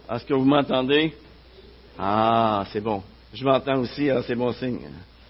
Est-ce que vous m'entendez? Ah, c'est bon. Je m'entends aussi, alors c'est bon signe.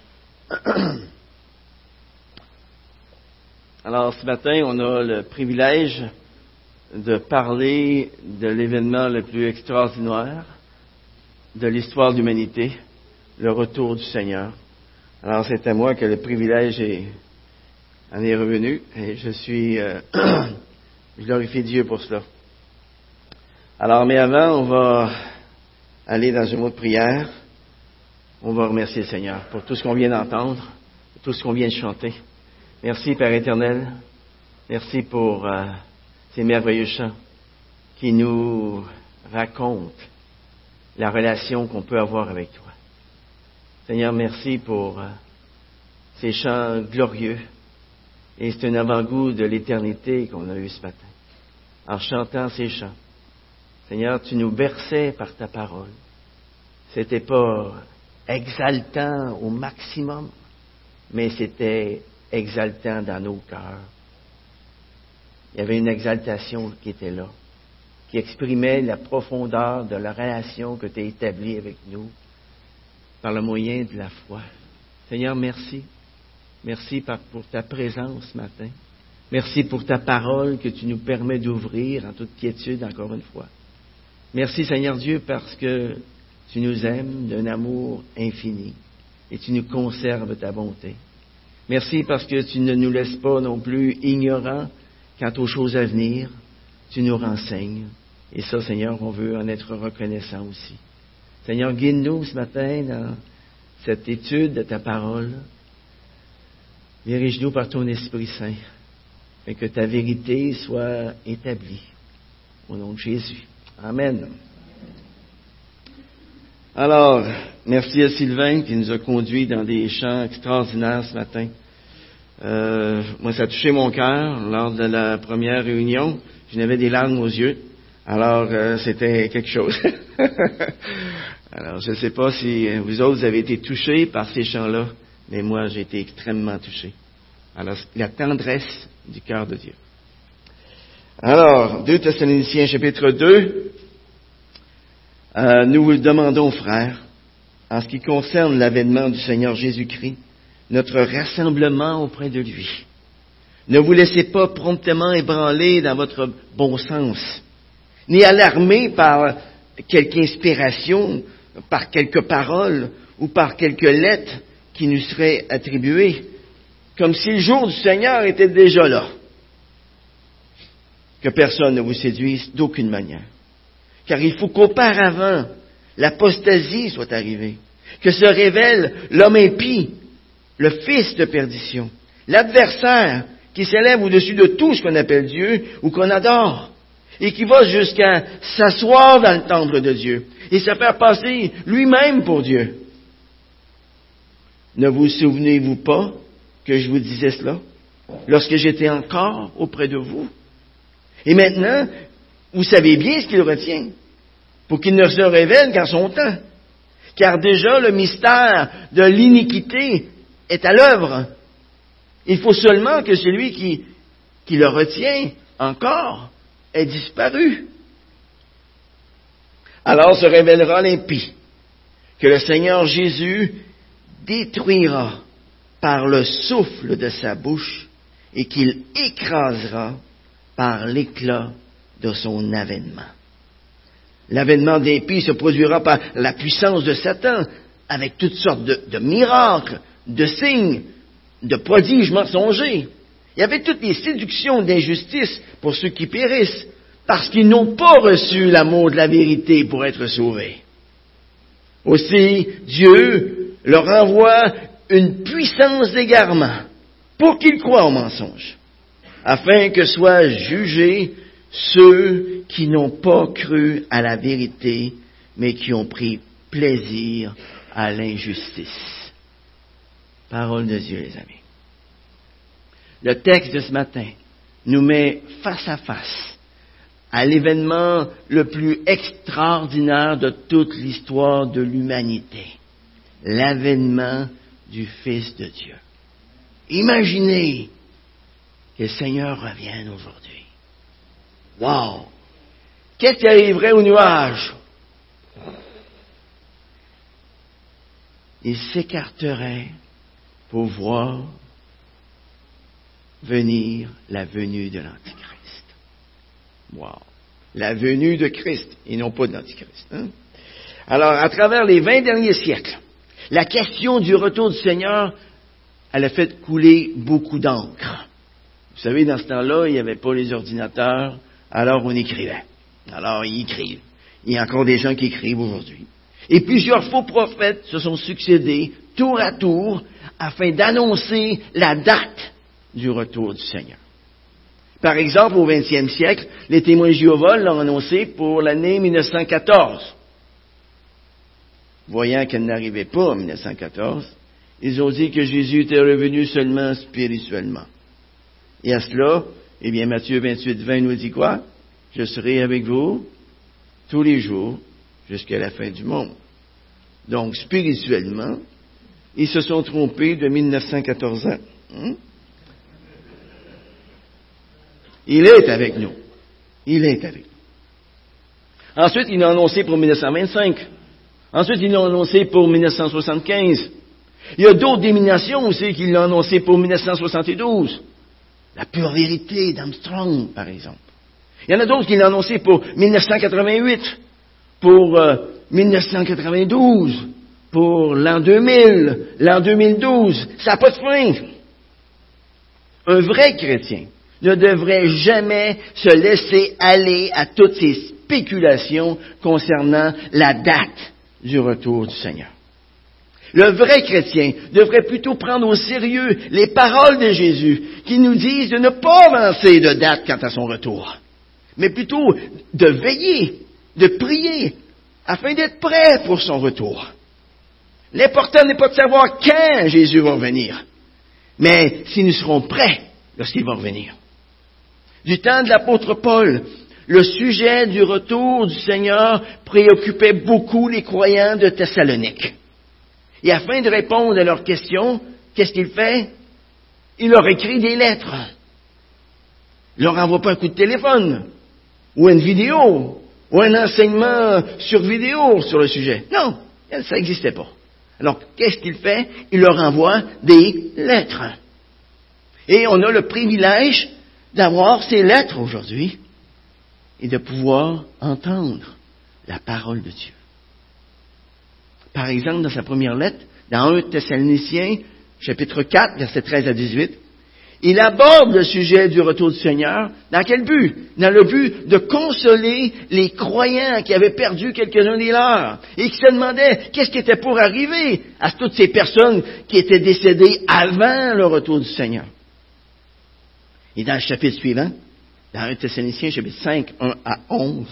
Alors, ce matin, on a le privilège de parler de l'événement le plus extraordinaire de l'histoire de l'humanité, le retour du Seigneur. Alors, c'est à moi que le privilège en est revenu, et je glorifie Dieu pour cela. Alors, mais avant, on va aller dans un mot de prière. On va remercier le Seigneur pour tout ce qu'on vient d'entendre, pour tout ce qu'on vient de chanter. Merci, Père éternel. Merci pour ces merveilleux chants qui nous racontent la relation qu'on peut avoir avec toi. Seigneur, merci pour ces chants glorieux. Et c'est un avant-goût de l'éternité qu'on a eu ce matin. En chantant ces chants, Seigneur, tu nous berçais par ta parole. C'était pas exaltant au maximum, mais c'était exaltant dans nos cœurs. Il y avait une exaltation qui était là, qui exprimait la profondeur de la relation que tu as établie avec nous par le moyen de la foi. Seigneur, merci. Merci pour ta présence ce matin. Merci pour ta parole que tu nous permets d'ouvrir en toute quiétude encore une fois. Merci Seigneur Dieu parce que tu nous aimes d'un amour infini et tu nous conserves ta bonté. Merci parce que tu ne nous laisses pas non plus ignorants quant aux choses à venir. Tu nous renseignes. Et ça, Seigneur, on veut en être reconnaissant aussi. Seigneur, guide-nous ce matin dans cette étude de ta parole. Dirige-nous par ton Esprit Saint et que ta vérité soit établie. Au nom de Jésus. Amen. Alors, merci à Sylvain qui nous a conduits dans des chants extraordinaires ce matin. Moi, ça a touché mon cœur lors de la première réunion. Je n'avais des larmes aux yeux. Alors, c'était quelque chose. Alors, je ne sais pas si vous autres vous avez été touchés par ces chants-là, mais moi, j'ai été extrêmement touché. Alors, la tendresse du cœur de Dieu. Alors, 2 Thessaloniciens chapitre 2, nous vous le demandons, frères, en ce qui concerne l'avènement du Seigneur Jésus-Christ, notre rassemblement auprès de lui. Ne vous laissez pas promptement ébranler dans votre bon sens, ni alarmer par quelque inspiration, par quelques paroles ou par quelques lettres qui nous seraient attribuées, comme si le jour du Seigneur était déjà là. Que personne ne vous séduise d'aucune manière. Car il faut qu'auparavant, l'apostasie soit arrivée, que se révèle l'homme impie, le fils de perdition, l'adversaire qui s'élève au-dessus de tout ce qu'on appelle Dieu ou qu'on adore, et qui va jusqu'à s'asseoir dans le temple de Dieu et se faire passer lui-même pour Dieu. Ne vous souvenez-vous pas que je vous disais cela lorsque j'étais encore auprès de vous? Et maintenant, vous savez bien ce qu'il retient, pour qu'il ne se révèle qu'en son temps. Car déjà le mystère de l'iniquité est à l'œuvre. Il faut seulement que celui qui le retient encore ait disparu. Alors se révélera l'impie, que le Seigneur Jésus détruira par le souffle de sa bouche et qu'il écrasera par l'éclat de son avènement. L'avènement d'impie se produira par la puissance de Satan, avec toutes sortes de miracles, de signes, de prodiges mensongers. Il y avait toutes les séductions d'injustice pour ceux qui périssent, parce qu'ils n'ont pas reçu l'amour de la vérité pour être sauvés. Aussi, Dieu leur envoie une puissance d'égarement pour qu'ils croient au mensonge, afin que soient jugés ceux qui n'ont pas cru à la vérité, mais qui ont pris plaisir à l'injustice. Parole de Dieu, les amis. Le texte de ce matin nous met face à face à l'événement le plus extraordinaire de toute l'histoire de l'humanité, l'avènement du Fils de Dieu. Imaginez que le Seigneur revienne aujourd'hui. Wow! Qu'est-ce qui arriverait aux nuages ils s'écarteraient pour voir venir la venue de l'Antichrist. Wow! La venue de Christ, et non pas de l'Antichrist. Hein? Alors, à travers les 20 derniers siècles, la question du retour du Seigneur, elle a fait couler beaucoup d'encre. Vous savez, dans ce temps-là, il n'y avait pas les ordinateurs, alors on écrivait. Alors, ils écrivent. Il y a encore des gens qui écrivent aujourd'hui. Et plusieurs faux prophètes se sont succédés, tour à tour, afin d'annoncer la date du retour du Seigneur. Par exemple, au 20e siècle, les témoins de Jéhovah l'ont annoncé pour l'année 1914. Voyant qu'elle n'arrivait pas en 1914, ils ont dit que Jésus était revenu seulement spirituellement. Et à cela, eh bien, Matthieu 28, 20 nous dit quoi? Je serai avec vous tous les jours jusqu'à la fin du monde. Donc, spirituellement, ils se sont trompés de 1914 ans. Il est avec nous. Il est avec nous. Ensuite, ils l'ont annoncé pour 1925. Ensuite, ils l'ont annoncé pour 1975. Il y a d'autres dénominations aussi qui l'ont annoncé pour 1972. La pure vérité d'Armstrong, par exemple. Il y en a d'autres qui l'ont annoncé pour 1988, pour 1992, pour l'an 2000, l'an 2012. Ça n'a pas de fin. Un vrai chrétien ne devrait jamais se laisser aller à toutes ces spéculations concernant la date du retour du Seigneur. Le vrai chrétien devrait plutôt prendre au sérieux les paroles de Jésus qui nous disent de ne pas avancer de date quant à son retour, mais plutôt de veiller, de prier, afin d'être prêt pour son retour. L'important n'est pas de savoir quand Jésus va revenir, mais si nous serons prêts lorsqu'il va revenir. Du temps de l'apôtre Paul, le sujet du retour du Seigneur préoccupait beaucoup les croyants de Thessalonique. Et afin de répondre à leurs questions, qu'est-ce qu'il fait? Il leur écrit des lettres. Il leur envoie pas un coup de téléphone, ou une vidéo, ou un enseignement sur vidéo sur le sujet. Non, ça n'existait pas. Alors, qu'est-ce qu'il fait? Il leur envoie des lettres. Et on a le privilège d'avoir ces lettres aujourd'hui et de pouvoir entendre la parole de Dieu. Par exemple, dans sa première lettre, dans 1 Thessaloniciens, chapitre 4, versets 13 à 18, il aborde le sujet du retour du Seigneur. Dans quel but? Dans le but de consoler les croyants qui avaient perdu quelques-uns des leurs et qui se demandaient qu'est-ce qui était pour arriver à toutes ces personnes qui étaient décédées avant le retour du Seigneur. Et dans le chapitre suivant, dans 1 Thessaloniciens, chapitre 5, 1 à 11,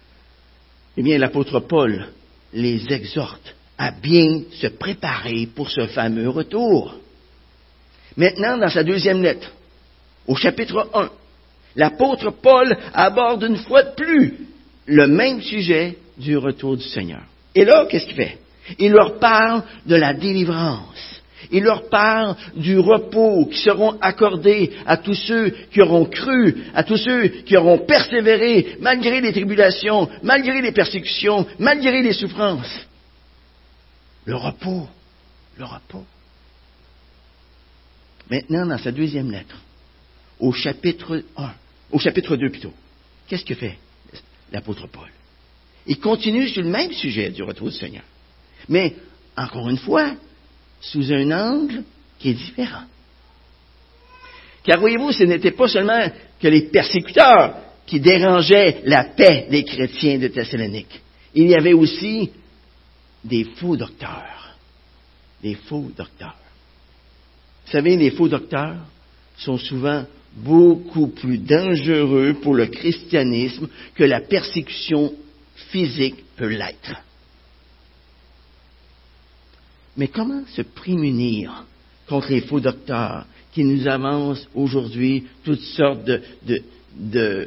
eh bien, l'apôtre Paul les exhorte à bien se préparer pour ce fameux retour. Maintenant, dans sa deuxième lettre, au chapitre 1, l'apôtre Paul aborde une fois de plus le même sujet du retour du Seigneur. Et là, qu'est-ce qu'il fait? Il leur parle de la délivrance. Il leur parle du repos qui seront accordés à tous ceux qui auront cru, à tous ceux qui auront persévéré malgré les tribulations, malgré les persécutions, malgré les souffrances. Le repos, le repos. Maintenant, dans sa deuxième lettre, au chapitre 2 plutôt, qu'est-ce que fait l'apôtre Paul? Il continue sur le même sujet du retour du Seigneur. Mais, encore une fois, sous un angle qui est différent. Car voyez-vous, ce n'était pas seulement que les persécuteurs qui dérangeaient la paix des chrétiens de Thessalonique. Il y avait aussi des faux docteurs. Des faux docteurs. Vous savez, les faux docteurs sont souvent beaucoup plus dangereux pour le christianisme que la persécution physique peut l'être. Mais comment se prémunir contre les faux docteurs qui nous avancent aujourd'hui toutes sortes de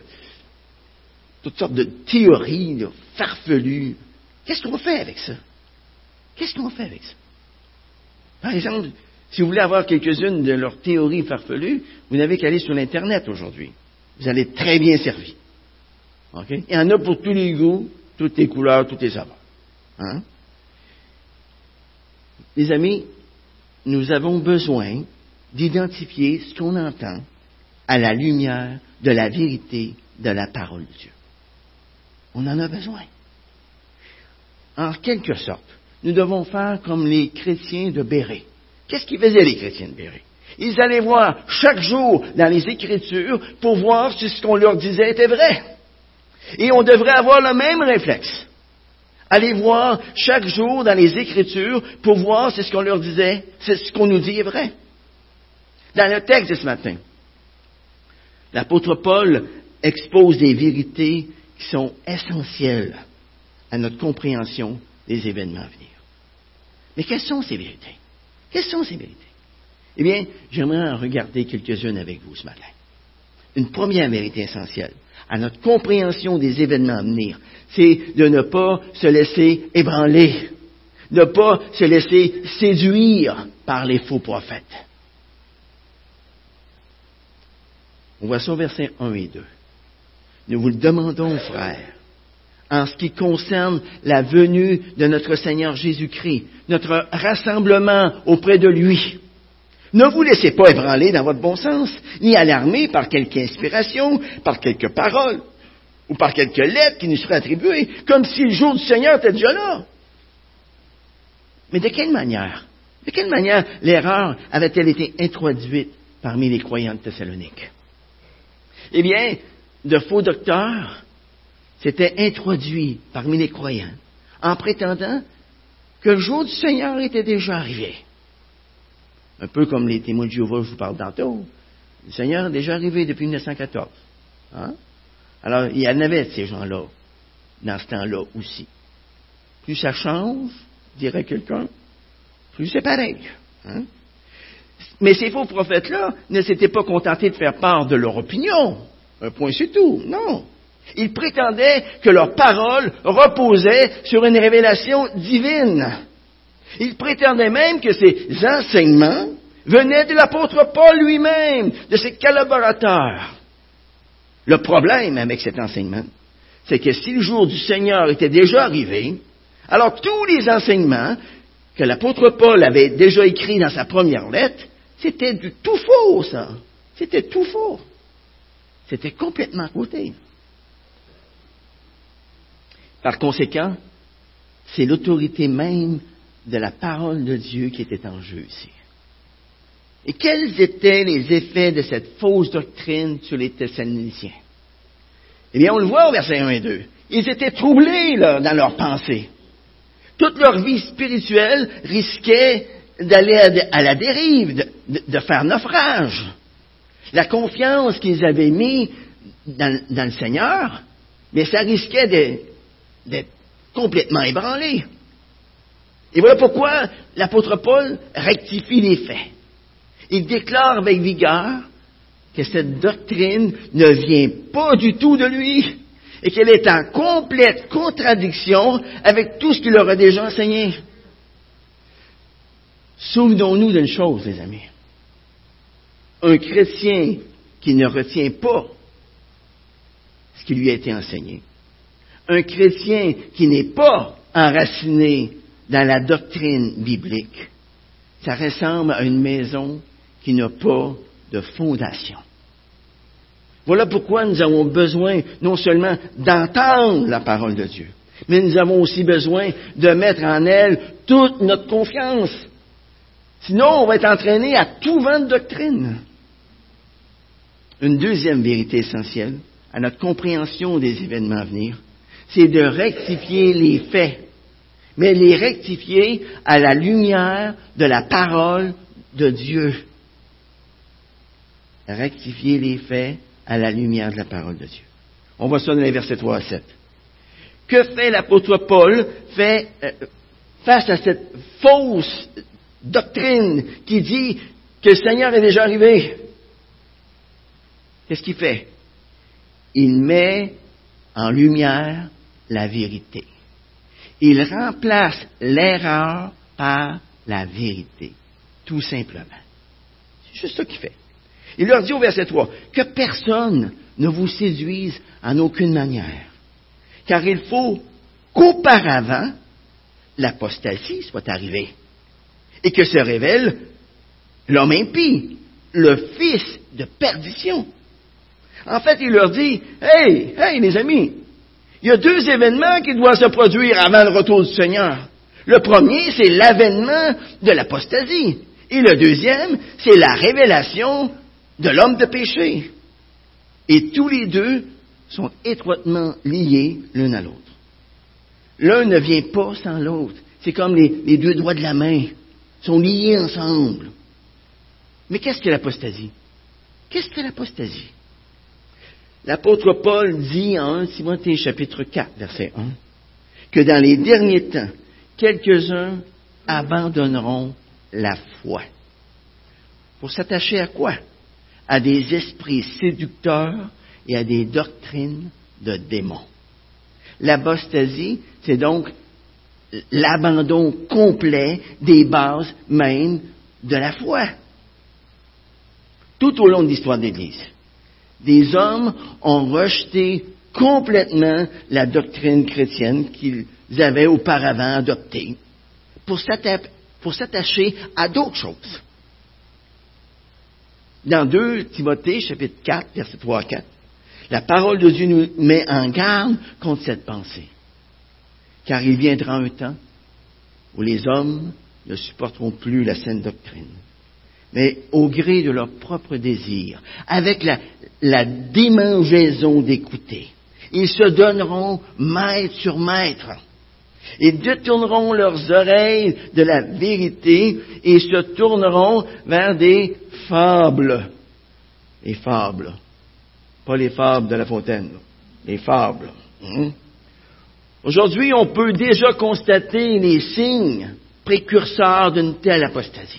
théories farfelues? Qu'est-ce qu'on fait avec ça? Qu'est-ce qu'on fait avec ça? Par exemple, si vous voulez avoir quelques-unes de leurs théories farfelues, vous n'avez qu'à aller sur l'Internet aujourd'hui. Vous allez être très bien servi. Okay? Il y en a pour tous les goûts, toutes les couleurs, toutes les saveurs. Hein? Les amis, nous avons besoin d'identifier ce qu'on entend à la lumière de la vérité de la parole de Dieu. On en a besoin. En quelque sorte, nous devons faire comme les chrétiens de Bérée. Qu'est-ce qu'ils faisaient, les chrétiens de Bérée? Ils allaient voir chaque jour dans les Écritures pour voir si ce qu'on leur disait était vrai. Et on devrait avoir le même réflexe. Aller voir chaque jour dans les Écritures pour voir si ce qu'on leur disait, si ce qu'on nous dit est vrai. Dans le texte de ce matin, l'apôtre Paul expose des vérités qui sont essentielles à notre compréhension des événements à venir. Mais quelles sont ces vérités? Quelles sont ces vérités? Eh bien, j'aimerais en regarder quelques-unes avec vous ce matin. Une première vérité essentielle à notre compréhension des événements à venir, c'est de ne pas se laisser ébranler, ne pas se laisser séduire par les faux prophètes. On voit ça au verset 1 et 2. Nous vous le demandons, frères, en ce qui concerne la venue de notre Seigneur Jésus-Christ, notre rassemblement auprès de lui. Ne vous laissez pas ébranler dans votre bon sens, ni alarmer par quelque inspiration, par quelques paroles, ou par quelques lettres qui nous seraient attribuées, comme si le jour du Seigneur était déjà là. Mais de quelle manière l'erreur avait-elle été introduite parmi les croyants de Thessalonique? Eh bien, de faux docteurs s'étaient introduits parmi les croyants en prétendant que le jour du Seigneur était déjà arrivé. Un peu comme les témoins de Jéhovah, je vous parle tantôt. Le Seigneur est déjà arrivé depuis 1914. Hein? Alors, il y en avait de ces gens-là, dans ce temps-là aussi. Plus ça change, dirait quelqu'un, plus c'est pareil. Hein? Mais ces faux prophètes-là ne s'étaient pas contentés de faire part de leur opinion. Un point, c'est tout. Non. Ils prétendaient que leurs paroles reposaient sur une révélation divine. Ils prétendaient même que ces enseignements venaient de l'apôtre Paul lui-même, de ses collaborateurs. Le problème avec cet enseignement, c'est que si le jour du Seigneur était déjà arrivé, alors tous les enseignements que l'apôtre Paul avait déjà écrits dans sa première lettre, c'était du tout faux, ça. C'était tout faux. C'était complètement à côté. Par conséquent, c'est l'autorité même de la parole de Dieu qui était en jeu ici. Et quels étaient les effets de cette fausse doctrine sur les Thessaloniciens? Eh bien, on le voit au verset 1 et 2. Ils étaient troublés là, dans leurs pensées. Toute leur vie spirituelle risquait d'aller à la dérive, de faire naufrage. La confiance qu'ils avaient mise dans le Seigneur, mais ça risquait d'être complètement ébranlé. Et voilà pourquoi l'apôtre Paul rectifie les faits. Il déclare avec vigueur que cette doctrine ne vient pas du tout de lui et qu'elle est en complète contradiction avec tout ce qu'il leur a déjà enseigné. Souvenons-nous d'une chose, les amis. Un chrétien qui ne retient pas ce qui lui a été enseigné, un chrétien qui n'est pas enraciné dans la doctrine biblique, ça ressemble à une maison qui n'a pas de fondation. Voilà pourquoi nous avons besoin non seulement d'entendre la parole de Dieu, mais nous avons aussi besoin de mettre en elle toute notre confiance. Sinon, on va être entraîné à tout vent de doctrine. Une deuxième vérité essentielle à notre compréhension des événements à venir, c'est de rectifier les faits, mais les rectifier à la lumière de la parole de Dieu. Rectifier les faits à la lumière de la parole de Dieu. On voit ça dans les versets 3 à 7. Que fait l'apôtre Paul face à cette fausse doctrine qui dit que le Seigneur est déjà arrivé? Qu'est-ce qu'il fait? Il met en lumière la vérité. Il remplace l'erreur par la vérité, tout simplement. C'est juste ça qu'il fait. Il leur dit au verset 3, que personne ne vous séduise en aucune manière, car il faut qu'auparavant l'apostasie soit arrivée, et que se révèle l'homme impie, le fils de perdition. En fait, il leur dit, hey, les amis, il y a 2 événements qui doivent se produire avant le retour du Seigneur. Le premier, c'est l'avènement de l'apostasie. Et le deuxième, c'est la révélation de l'homme de péché. Et tous les deux sont étroitement liés l'un à l'autre. L'un ne vient pas sans l'autre. C'est comme les 2 doigts de la main. Ils sont liés ensemble. Mais qu'est-ce que l'apostasie? Qu'est-ce que l'apostasie? L'apôtre Paul dit en 1 Timothée chapitre 4, verset 1, que dans les derniers temps, quelques-uns abandonneront la foi. Pour s'attacher à quoi? À des esprits séducteurs et à des doctrines de démons. L'apostasie, c'est donc l'abandon complet des bases même de la foi. Tout au long de l'histoire de l'Église, des hommes ont rejeté complètement la doctrine chrétienne qu'ils avaient auparavant adoptée pour s'attacher à d'autres choses. Dans 2 Timothée, chapitre 4, versets 3 à 4, la parole de Dieu nous met en garde contre cette pensée. Car il viendra un temps où les hommes ne supporteront plus la saine doctrine, mais au gré de leurs propres désirs, avec la démangeaison d'écouter, ils se donneront maître sur maître. Ils détourneront leurs oreilles de la vérité et se tourneront vers des fables. Les fables. Pas les fables de La Fontaine, les fables. Aujourd'hui, on peut déjà constater les signes précurseurs d'une telle apostasie.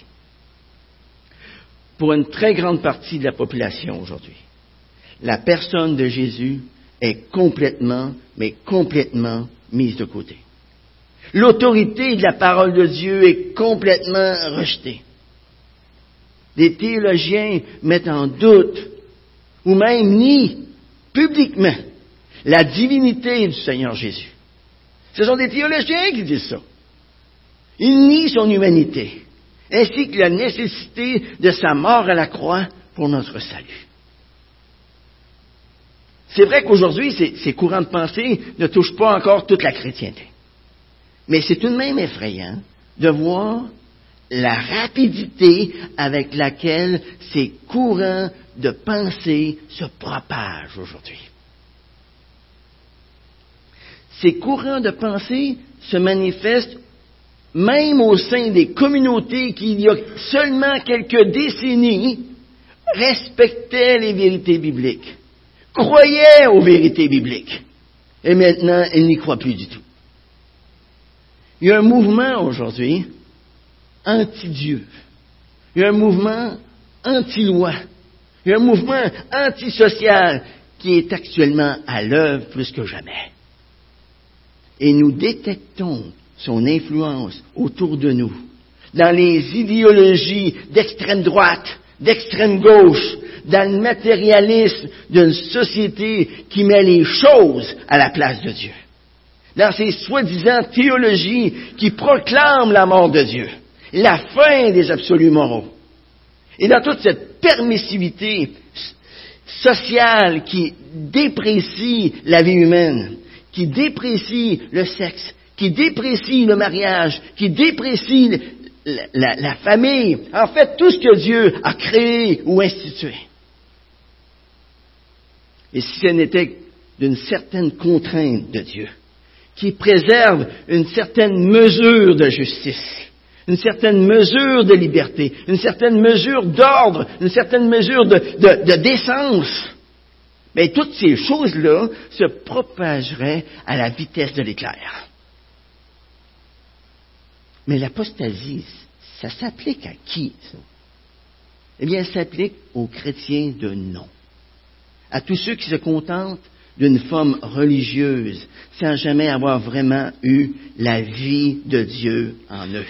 Pour une très grande partie de la population aujourd'hui, la personne de Jésus est complètement mise de côté. L'autorité de la parole de Dieu est complètement rejetée. Des théologiens mettent en doute, ou même nient publiquement, la divinité du Seigneur Jésus. Ce sont des théologiens qui disent ça. Ils nient son humanité, ainsi que la nécessité de sa mort à la croix pour notre salut. C'est vrai qu'aujourd'hui, ces courants de pensée ne touchent pas encore toute la chrétienté. Mais c'est tout de même effrayant de voir la rapidité avec laquelle ces courants de pensée se propagent aujourd'hui. Ces courants de pensée se manifestent même au sein des communautés qui, il y a seulement quelques décennies, respectaient les vérités bibliques, croyaient aux vérités bibliques. Et maintenant, ils n'y croient plus du tout. Il y a un mouvement aujourd'hui anti-Dieu. Il y a un mouvement anti-loi. Il y a un mouvement antisocial qui est actuellement à l'œuvre plus que jamais. Et nous détectons son influence autour de nous, dans les idéologies d'extrême droite, d'extrême gauche, dans le matérialisme d'une société qui met les choses à la place de Dieu, dans ces soi-disant théologies qui proclament la mort de Dieu, la fin des absolus moraux, et dans toute cette permissivité sociale qui déprécie la vie humaine, qui déprécie le sexe, qui déprécie le mariage, qui déprécie la famille, en fait tout ce que Dieu a créé ou institué. Et si ce n'était d'une certaine contrainte de Dieu, qui préserve une certaine mesure de justice, une certaine mesure de liberté, une certaine mesure d'ordre, une certaine mesure de décence, mais toutes ces choses-là se propageraient à la vitesse de l'éclair. Mais l'apostasie, ça s'applique à qui, ça? Eh bien, ça s'applique aux chrétiens de nom. À tous ceux qui se contentent d'une forme religieuse, sans jamais avoir vraiment eu la vie de Dieu en eux.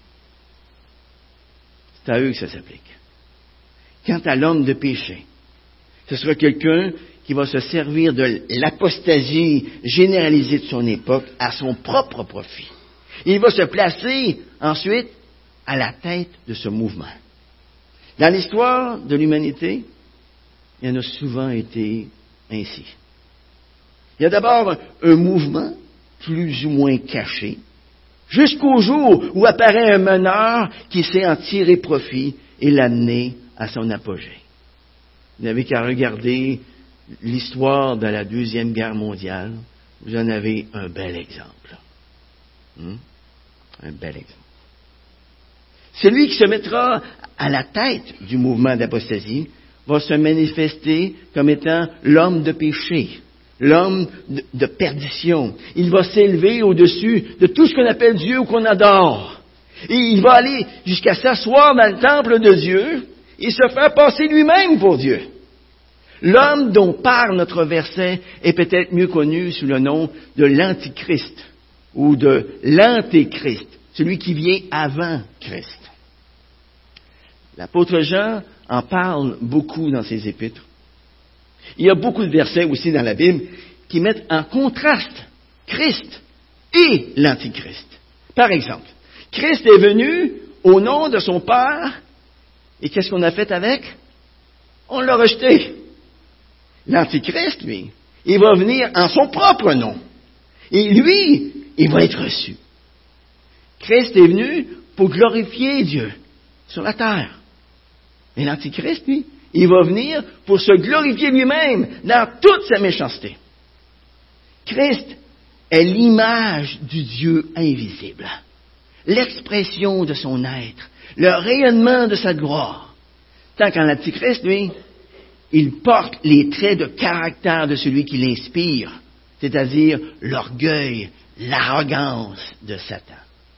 C'est à eux que ça s'applique. Quant à l'homme de péché, ce sera quelqu'un qui va se servir de l'apostasie généralisée de son époque à son propre profit. Il va se placer ensuite à la tête de ce mouvement. Dans l'histoire de l'humanité, il y en a souvent été ainsi. Il y a d'abord un mouvement plus ou moins caché, jusqu'au jour où apparaît un meneur qui sait en tirer profit et l'amener à son apogée. Vous n'avez qu'à regarder l'histoire de la Deuxième Guerre mondiale, vous en avez un bel exemple. Un bel exemple. Celui qui se mettra à la tête du mouvement d'apostasie va se manifester comme étant l'homme de péché, l'homme de perdition. Il va s'élever au-dessus de tout ce qu'on appelle Dieu ou qu'on adore. Et il va aller jusqu'à s'asseoir dans le temple de Dieu et se faire passer lui-même pour Dieu. L'homme dont parle notre verset est peut-être mieux connu sous le nom de l'Antichrist ou de l'Antéchrist, celui qui vient avant Christ. L'apôtre Jean en parle beaucoup dans ses épîtres. Il y a beaucoup de versets aussi dans la Bible qui mettent en contraste Christ et l'Antichrist. Par exemple, Christ est venu au nom de son Père, et qu'est-ce qu'on a fait avec? On l'a rejeté. L'Antichrist, lui, il va venir en son propre nom. Et lui, il va être reçu. Christ est venu pour glorifier Dieu sur la terre. Et l'Antichrist, lui, il va venir pour se glorifier lui-même dans toute sa méchanceté. Christ est l'image du Dieu invisible, l'expression de son être, le rayonnement de sa gloire. Tant qu'en l'Antichrist, lui, il porte les traits de caractère de celui qui l'inspire, c'est-à-dire l'orgueil, l'arrogance de Satan.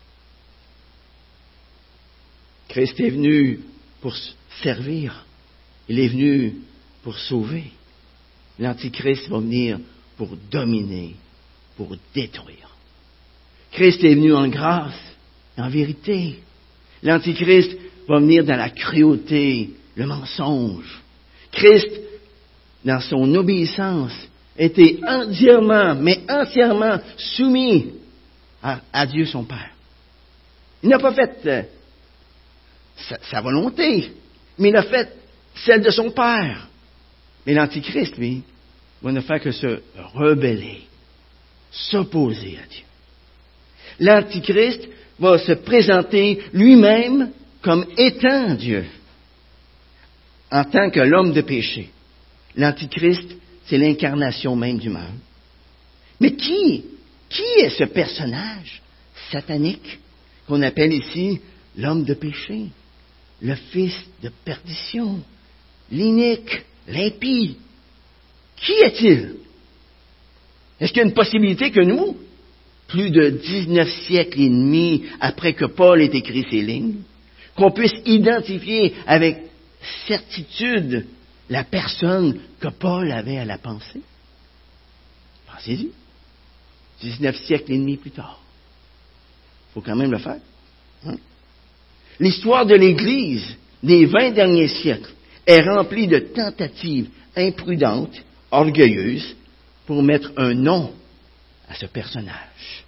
Christ est venu pour servir. Il est venu pour sauver. L'Antichrist va venir pour dominer, pour détruire. Christ est venu en grâce, en vérité. L'Antichrist va venir dans la cruauté, le mensonge. Christ, dans son obéissance, était entièrement, mais entièrement soumis à Dieu son Père. Il n'a pas fait sa volonté, mais il a fait celle de son Père. Mais l'Antichrist, lui, va ne faire que se rebeller, s'opposer à Dieu. L'Antichrist va se présenter lui-même comme étant Dieu, en tant que l'homme de péché. L'Antichrist, c'est l'incarnation même du mal. Mais qui est ce personnage satanique qu'on appelle ici l'homme de péché, le fils de perdition, l'inique, l'impie? Qui est-il? Est-ce qu'il y a une possibilité que nous, plus de 19 siècles et demi après que Paul ait écrit ces lignes, qu'on puisse identifier avec certitude la personne que Paul avait à la pensée? Pensez-y. 19 siècles et demi plus tard. Il faut quand même le faire. L'histoire de l'Église des 20 derniers siècles est remplie de tentatives imprudentes, orgueilleuses, pour mettre un nom à ce personnage.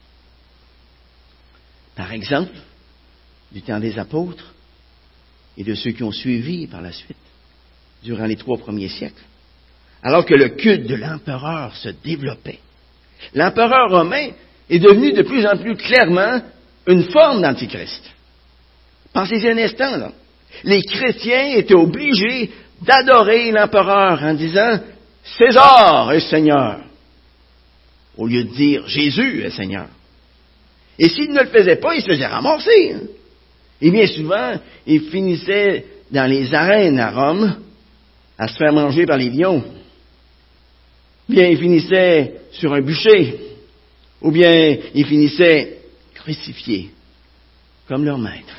Par exemple, du temps des apôtres et de ceux qui ont suivi par la suite, durant les 3 premiers siècles, alors que le culte de l'empereur se développait, l'empereur romain est devenu de plus en plus clairement une forme d'antichrist. Pensez-y un instant, là. Les chrétiens étaient obligés d'adorer l'empereur en disant « César est Seigneur », au lieu de dire « Jésus est Seigneur ». Et s'ils ne le faisaient pas, ils se faisaient ramasser. Et bien souvent, ils finissaient dans les arènes à Rome à se faire manger par les lions. Bien, ils finissaient sur un bûcher, ou bien ils finissaient crucifiés, comme leur maître.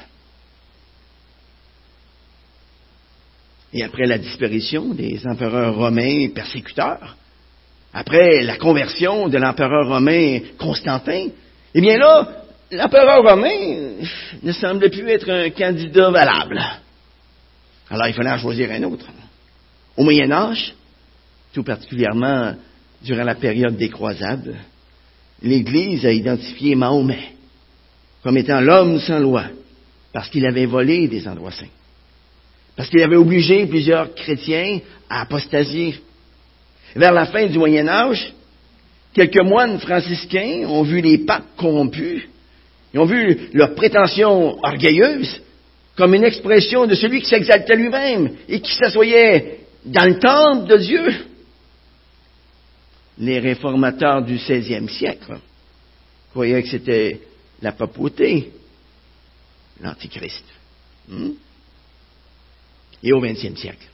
Et après la disparition des empereurs romains persécuteurs, après la conversion de l'empereur romain Constantin, eh bien là, l'empereur romain ne semblait plus être un candidat valable. Alors il fallait en choisir un autre. Au Moyen Âge, tout particulièrement durant la période des croisades, l'Église a identifié Mahomet comme étant l'homme sans loi, parce qu'il avait volé des endroits saints, parce qu'il avait obligé plusieurs chrétiens à apostasier. Vers la fin du Moyen Âge, quelques moines franciscains ont vu les papes corrompus, ils ont vu leurs prétentions orgueilleuses comme une expression de celui qui s'exaltait lui-même et qui s'assoyait dans le temple de Dieu. Les réformateurs du XVIe siècle croyaient que c'était la papauté, l'Antichrist. Et au XXe siècle,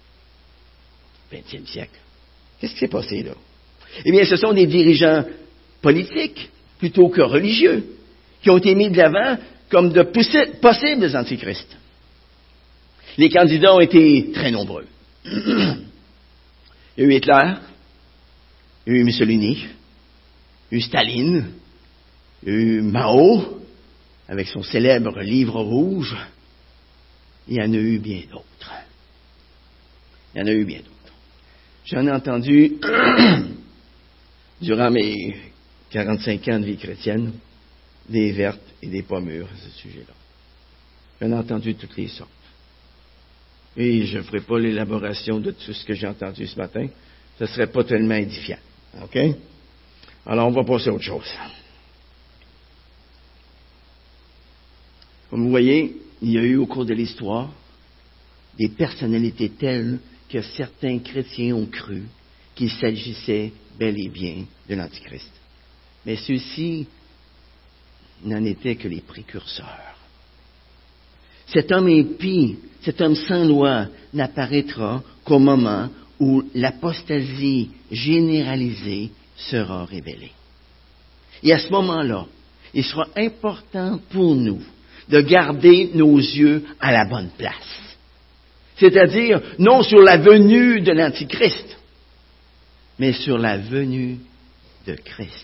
qu'est-ce qui s'est passé là? Eh bien, ce sont des dirigeants politiques plutôt que religieux qui ont été mis de l'avant comme de possibles antichrists. Les candidats ont été très nombreux. Il y a eu Hitler, il y a eu Mussolini, il y a eu Staline, il y a eu Mao, avec son célèbre livre rouge. Il y en a eu bien d'autres. J'en ai entendu, durant mes 45 ans de vie chrétienne, des vertes et des pas mûres à ce sujet-là. J'en ai entendu toutes les sortes. Et je ne ferai pas l'élaboration de tout ce que j'ai entendu ce matin. Ce ne serait pas tellement édifiant. OK? Alors, on va passer à autre chose. Comme vous voyez, il y a eu au cours de l'histoire des personnalités telles que certains chrétiens ont cru qu'il s'agissait bel et bien de l'Antichrist. Mais ceux-ci n'en étaient que les précurseurs. Cet homme impie, cet homme sans loi, n'apparaîtra qu'au moment où l'apostasie généralisée sera révélée. Et à ce moment-là, il sera important pour nous de garder nos yeux à la bonne place. C'est-à-dire, non sur la venue de l'Antichrist, mais sur la venue de Christ.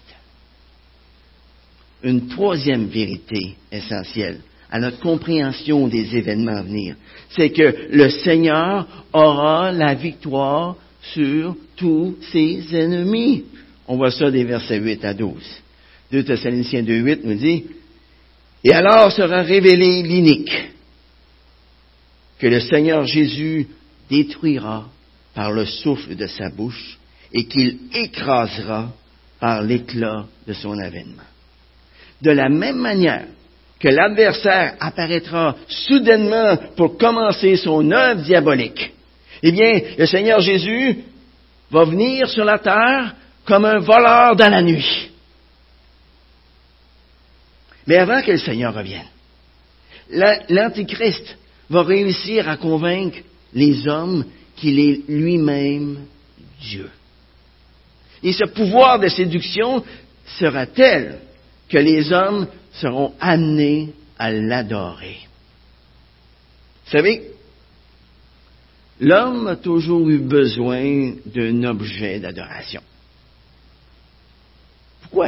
Une troisième vérité essentielle à notre compréhension des événements à venir, c'est que le Seigneur aura la victoire sur tous ses ennemis. On voit ça des versets 8 à 12. 2 Thessaloniciens 2,8 nous dit « Et alors sera révélé l'inique, que le Seigneur Jésus détruira par le souffle de sa bouche et qu'il écrasera par l'éclat de son avènement. De la même manière que l'adversaire apparaîtra soudainement pour commencer son œuvre diabolique, eh bien, le Seigneur Jésus va venir sur la terre comme un voleur dans la nuit. Mais avant que le Seigneur revienne, l'Antichrist va réussir à convaincre les hommes qu'il est lui-même Dieu. Et ce pouvoir de séduction sera tel que les hommes seront amenés à l'adorer. Vous savez, l'homme a toujours eu besoin d'un objet d'adoration. Pourquoi?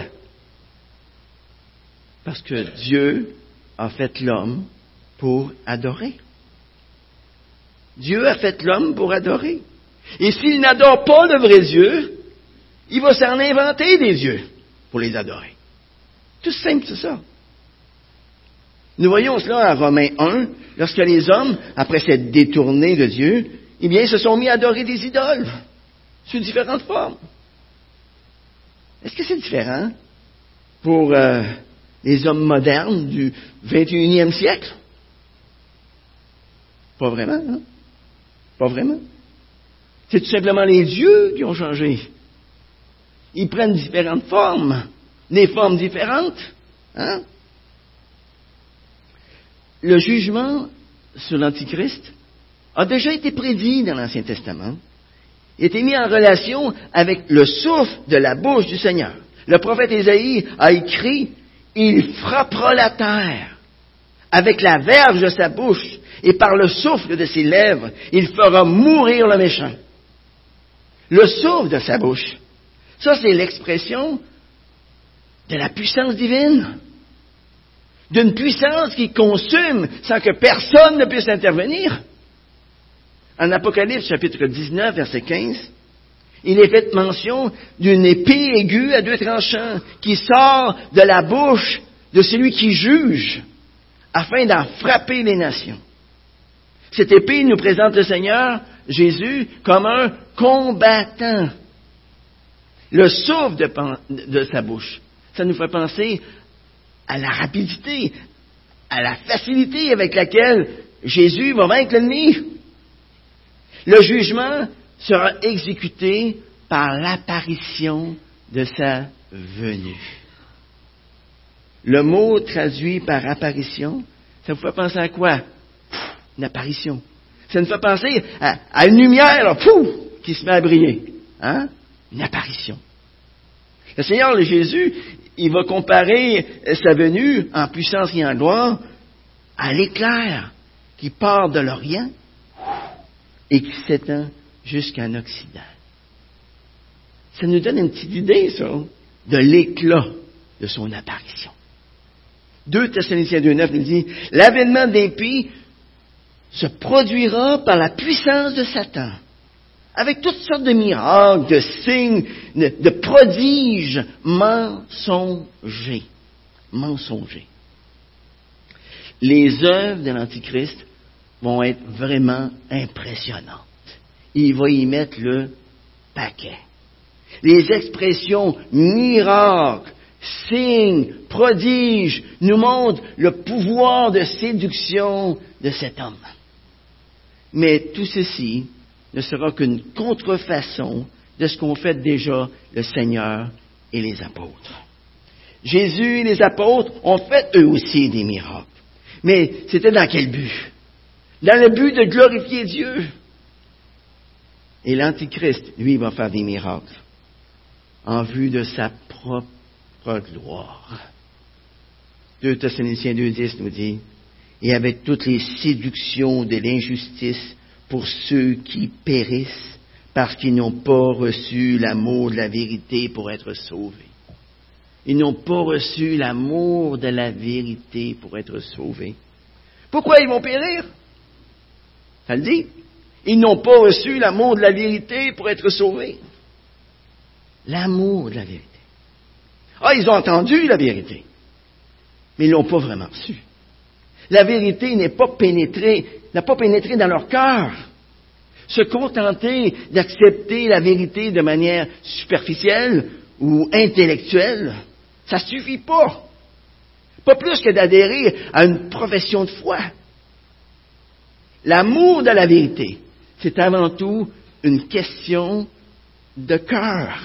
Parce que Dieu a fait l'homme pour adorer. Dieu a fait l'homme pour adorer. Et s'il n'adore pas le vrai Dieu, il va s'en inventer des dieux pour les adorer. Tout simple, c'est ça. Nous voyons cela à Romains 1, lorsque les hommes, après s'être détournés de Dieu, eh bien, se sont mis à adorer des idoles, sous différentes formes. Est-ce que c'est différent pour les hommes modernes du 21e siècle? Pas vraiment, hein? Pas vraiment. C'est tout simplement les dieux qui ont changé. Ils prennent différentes formes, des formes différentes. Hein? Le jugement sur l'Antichrist a déjà été prédit dans l'Ancien Testament. Il a été mis en relation avec le souffle de la bouche du Seigneur. Le prophète Ésaïe a écrit « Il frappera la terre avec la verge de sa bouche, et par le souffle de ses lèvres, il fera mourir le méchant. » Le souffle de sa bouche, ça c'est l'expression de la puissance divine, d'une puissance qui consume sans que personne ne puisse intervenir. En Apocalypse chapitre 19, verset 15, il est fait mention d'une épée aiguë à 2 tranchants qui sort de la bouche de celui qui juge afin d'en frapper les nations. Cette épée nous présente le Seigneur, Jésus, comme un combattant. Le souffle de sa bouche, ça nous fait penser à la rapidité, à la facilité avec laquelle Jésus va vaincre l'ennemi. Le jugement sera exécuté par l'apparition de sa venue. Le mot traduit par apparition, ça vous fait penser à quoi? Une apparition. Ça nous fait penser à une lumière là, qui se met à briller. Hein? Une apparition. Le Seigneur, le Jésus, il va comparer sa venue en puissance et en gloire à l'éclair qui part de l'Orient et qui s'étend jusqu'en Occident. Ça nous donne une petite idée, ça, de l'éclat de son apparition. 2 Thessaloniciens 2,9 nous dit « L'avènement d'épée se produira par la puissance de Satan, avec toutes sortes de miracles, de signes, de prodiges mensongers. » Mensongers. Les œuvres de l'Antichrist vont être vraiment impressionnantes. Il va y mettre le paquet. Les expressions miracles, signes, prodiges nous montrent le pouvoir de séduction de cet homme. Mais tout ceci ne sera qu'une contrefaçon de ce qu'ont fait déjà le Seigneur et les apôtres. Jésus et les apôtres ont fait eux aussi des miracles. Mais c'était dans quel but? Dans le but de glorifier Dieu. Et l'Antichrist, lui, va faire des miracles en vue de sa propre gloire. 2 Thessaloniciens 2,10 nous dit « Et avec toutes les séductions de l'injustice pour ceux qui périssent, parce qu'ils n'ont pas reçu l'amour de la vérité pour être sauvés. » Ils n'ont pas reçu l'amour de la vérité pour être sauvés. Pourquoi ils vont périr? Ça le dit. Ils n'ont pas reçu l'amour de la vérité pour être sauvés. L'amour de la vérité. Ah, ils ont entendu la vérité, mais ils ne l'ont pas vraiment reçue. La vérité n'a pas pénétré dans leur cœur. Se contenter d'accepter la vérité de manière superficielle ou intellectuelle, ça ne suffit pas. Pas plus que d'adhérer à une profession de foi. L'amour de la vérité, c'est avant tout une question de cœur.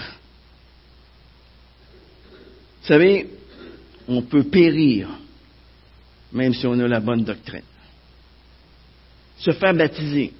Vous savez, on peut périr, même si on a la bonne doctrine. Se faire baptiser.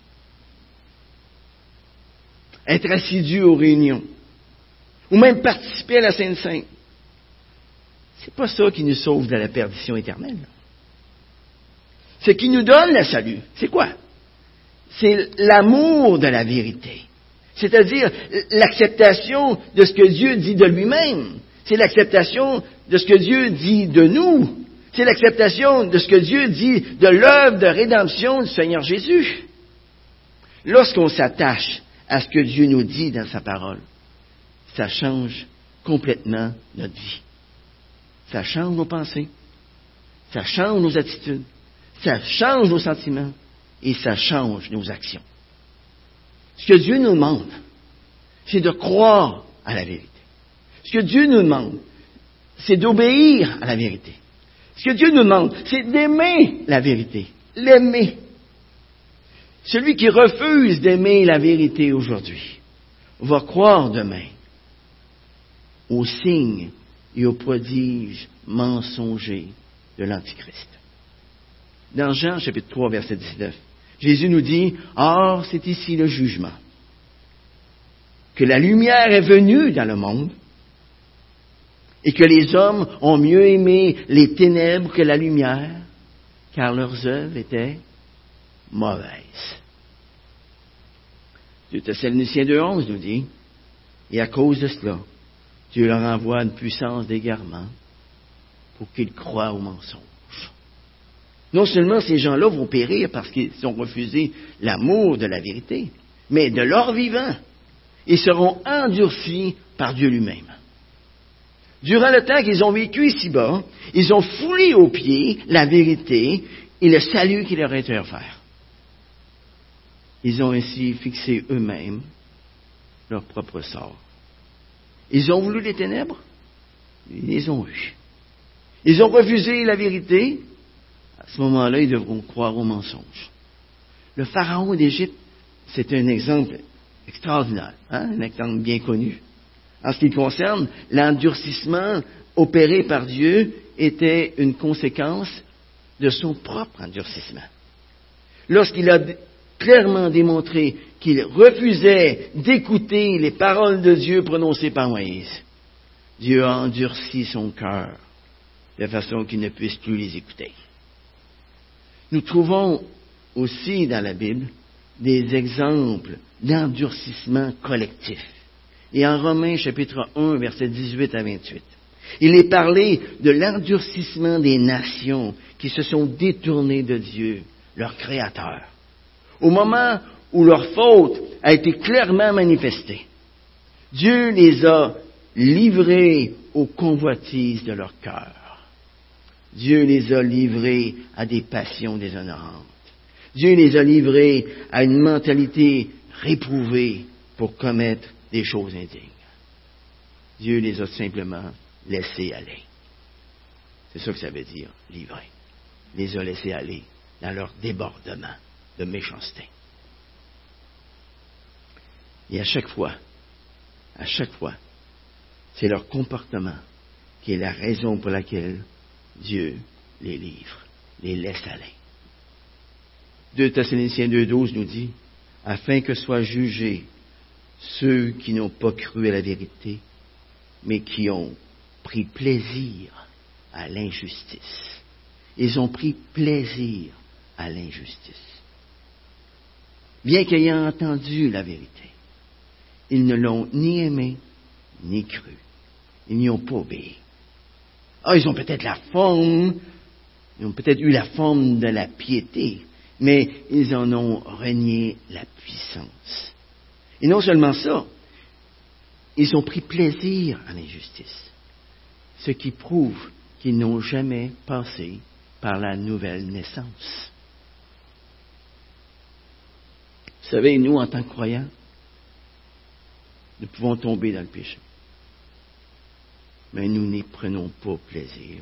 Être assidu aux réunions. Ou même participer à la Sainte Seine. C'est pas ça qui nous sauve de la perdition éternelle. Ce qui nous donne le salut, c'est quoi? C'est l'amour de la vérité. C'est-à-dire l'acceptation de ce que Dieu dit de lui-même. C'est l'acceptation de ce que Dieu dit de nous. C'est l'acceptation de ce que Dieu dit de l'œuvre de rédemption du Seigneur Jésus. Lorsqu'on s'attache à ce que Dieu nous dit dans sa parole, ça change complètement notre vie. Ça change nos pensées, ça change nos attitudes, ça change nos sentiments et ça change nos actions. Ce que Dieu nous demande, c'est de croire à la vérité. Ce que Dieu nous demande, c'est d'obéir à la vérité. Ce que Dieu nous demande, c'est d'aimer la vérité, l'aimer. Celui qui refuse d'aimer la vérité aujourd'hui va croire demain aux signes et aux prodiges mensongers de l'Antichrist. Dans Jean chapitre 3, verset 19, Jésus nous dit « Or, c'est ici le jugement, que la lumière est venue dans le monde et que les hommes ont mieux aimé les ténèbres que la lumière, car leurs œuvres étaient mauvaises. » 2 Thessaloniciens 2,11 nous dit « Et à cause de cela, Dieu leur envoie une puissance d'égarement pour qu'ils croient au mensonge. » Non seulement ces gens-là vont périr parce qu'ils ont refusé l'amour de la vérité, mais de leur vivant, ils seront endurcis par Dieu lui-même. Durant le temps qu'ils ont vécu ici-bas, ils ont foulé aux pieds la vérité et le salut qui leur était offert. Ils ont ainsi fixé eux-mêmes leur propre sort. Ils ont voulu les ténèbres, ils les ont eues. Ils ont refusé la vérité, à ce moment-là, ils devront croire au mensonge. Le pharaon d'Égypte, c'est un exemple extraordinaire, un exemple bien connu. En ce qui concerne, l'endurcissement opéré par Dieu était une conséquence de son propre endurcissement. Lorsqu'il a clairement démontré qu'il refusait d'écouter les paroles de Dieu prononcées par Moïse, Dieu a endurci son cœur de façon qu'il ne puisse plus les écouter. Nous trouvons aussi dans la Bible des exemples d'endurcissement collectif. Et en Romains chapitre 1, versets 18 à 28, il est parlé de l'endurcissement des nations qui se sont détournées de Dieu, leur Créateur, au moment où leur faute a été clairement manifestée. Dieu les a livrés aux convoitises de leur cœur. Dieu les a livrés à des passions déshonorantes. Dieu les a livrés à une mentalité réprouvée pour commettre des choses indignes. Dieu les a simplement laissés aller. C'est ça que ça veut dire, livrer. Il les a laissés aller dans leur débordement de méchanceté. Et à chaque fois, c'est leur comportement qui est la raison pour laquelle Dieu les livre, les laisse aller. 2 Thessaloniciens 2,12 nous dit, afin que soient jugés ceux qui n'ont pas cru à la vérité, mais qui ont pris plaisir à l'injustice. Ils ont pris plaisir à l'injustice. Bien qu'ayant entendu la vérité, ils ne l'ont ni aimé, ni cru. Ils n'y ont pas obéi. Ils ont peut-être eu la forme de la piété, mais ils en ont renié la puissance. Et non seulement ça, ils ont pris plaisir à l'injustice, ce qui prouve qu'ils n'ont jamais passé par la nouvelle naissance. Vous savez, nous, en tant que croyants, nous pouvons tomber dans le péché. Mais nous n'y prenons pas plaisir.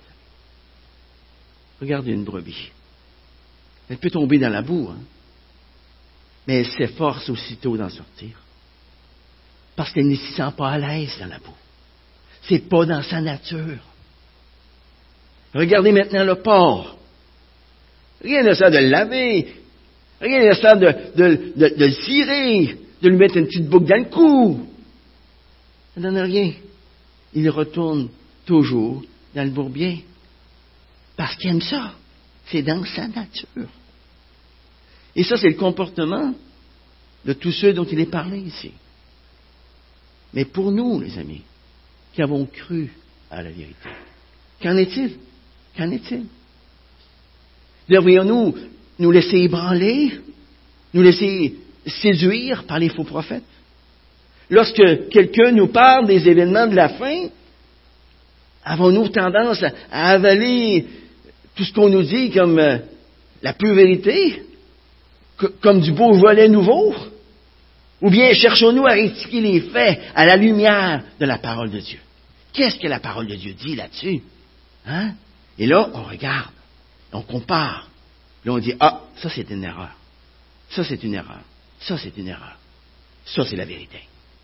Regardez une brebis. Elle peut tomber dans la boue, mais elle s'efforce aussitôt d'en sortir. Parce qu'elle ne s'y sent pas à l'aise dans la boue. C'est pas dans sa nature. Regardez maintenant le porc. Rien ne sert de le laver. Rien ne sert de le cirer, de lui mettre une petite boucle dans le cou. Ça ne donne rien. Il retourne toujours dans le bourbier. Parce qu'il aime ça. C'est dans sa nature. Et ça, c'est le comportement de tous ceux dont il est parlé ici. Mais pour nous, les amis, qui avons cru à la vérité, qu'en est-il? Qu'en est-il? Devrions-nous nous laisser ébranler, nous laisser séduire par les faux prophètes? Lorsque quelqu'un nous parle des événements de la fin, avons-nous tendance à avaler tout ce qu'on nous dit comme la pure vérité, comme du beau volet nouveau? Ou bien cherchons-nous à rectifier les faits à la lumière de la parole de Dieu? Qu'est-ce que la parole de Dieu dit là-dessus? Et là, on regarde, on compare. Là, on dit, ça c'est une erreur. Ça c'est une erreur. Ça c'est une erreur. Ça c'est la vérité.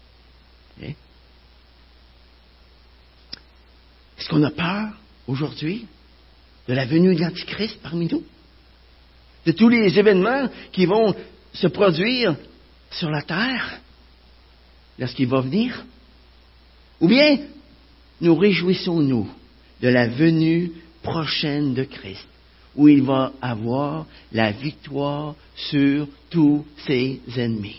Est-ce qu'on a peur aujourd'hui de la venue de l'Antichrist parmi nous? De tous les événements qui vont se produire sur la terre lorsqu'il va venir? Ou bien nous réjouissons-nous de la venue prochaine de Christ, où il va avoir la victoire sur tous ses ennemis?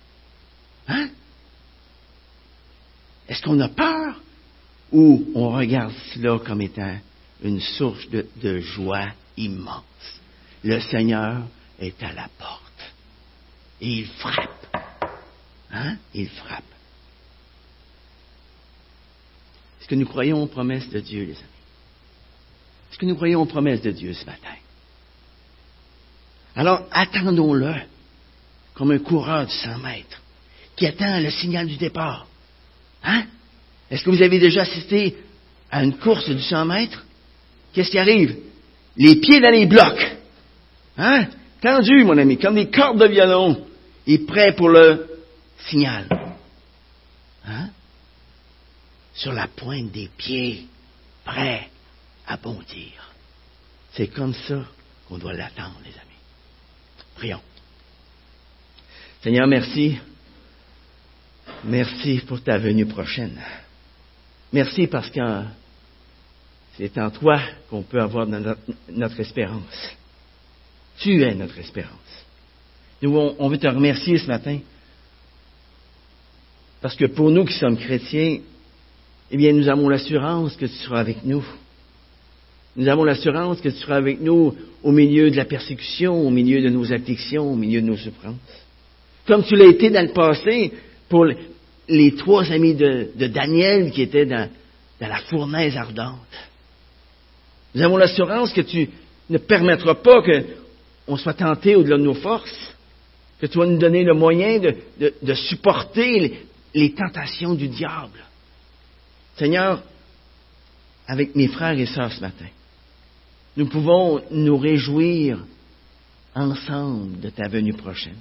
Est-ce qu'on a peur ou on regarde cela comme étant une source de joie immense? Le Seigneur est à la porte et il frappe. Il frappe. Est-ce que nous croyons aux promesses de Dieu, les amis? Est-ce que nous croyons aux promesses de Dieu ce matin? Alors, attendons-le comme un coureur de 100 mètres qui attend le signal du départ. Hein? Est-ce que vous avez déjà assisté à une course du 100 mètres? Qu'est-ce qui arrive? Les pieds dans les blocs. Hein? Tendu, mon ami, comme des cordes de violon. Et prêt pour le signal. Hein? Sur la pointe des pieds, prêt à bondir. C'est comme ça qu'on doit l'attendre, les amis. Prions. Seigneur, merci. Merci pour ta venue prochaine. Merci parce que c'est en toi qu'on peut avoir notre espérance. Tu es notre espérance. Nous, on veut te remercier ce matin parce que pour nous qui sommes chrétiens, eh bien, nous avons l'assurance que tu seras avec nous. Nous avons l'assurance que tu seras avec nous au milieu de la persécution, au milieu de nos afflictions, au milieu de nos souffrances. Comme tu l'as été dans le passé pour les 3 amis de Daniel qui étaient dans la fournaise ardente. Nous avons l'assurance que tu ne permettras pas qu'on soit tenté au-delà de nos forces, que tu vas nous donner le moyen de supporter les tentations du diable. Seigneur, avec mes frères et sœurs ce matin, nous pouvons nous réjouir ensemble de ta venue prochaine,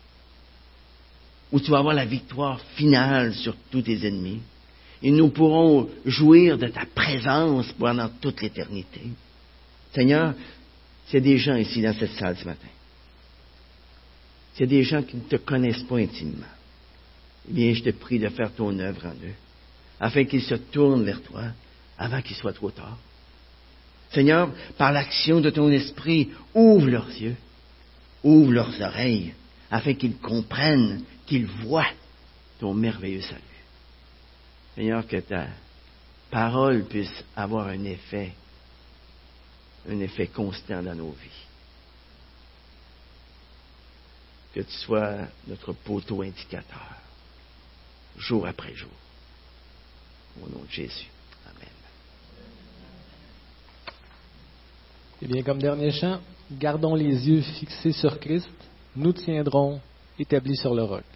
où tu vas avoir la victoire finale sur tous tes ennemis, et nous pourrons jouir de ta présence pendant toute l'éternité. Seigneur, s'il y a des gens ici dans cette salle ce matin, s'il y a des gens qui ne te connaissent pas intimement, eh bien, je te prie de faire ton œuvre en eux, afin qu'ils se tournent vers toi avant qu'il soit trop tard. Seigneur, par l'action de ton esprit, ouvre leurs yeux, ouvre leurs oreilles, afin qu'ils comprennent, qu'ils voient ton merveilleux salut. Seigneur, que ta parole puisse avoir un effet constant dans nos vies. Que tu sois notre poteau indicateur, jour après jour. Au nom de Jésus. Amen. Eh bien, comme dernier chant, gardons les yeux fixés sur Christ, nous tiendrons établis sur le roc.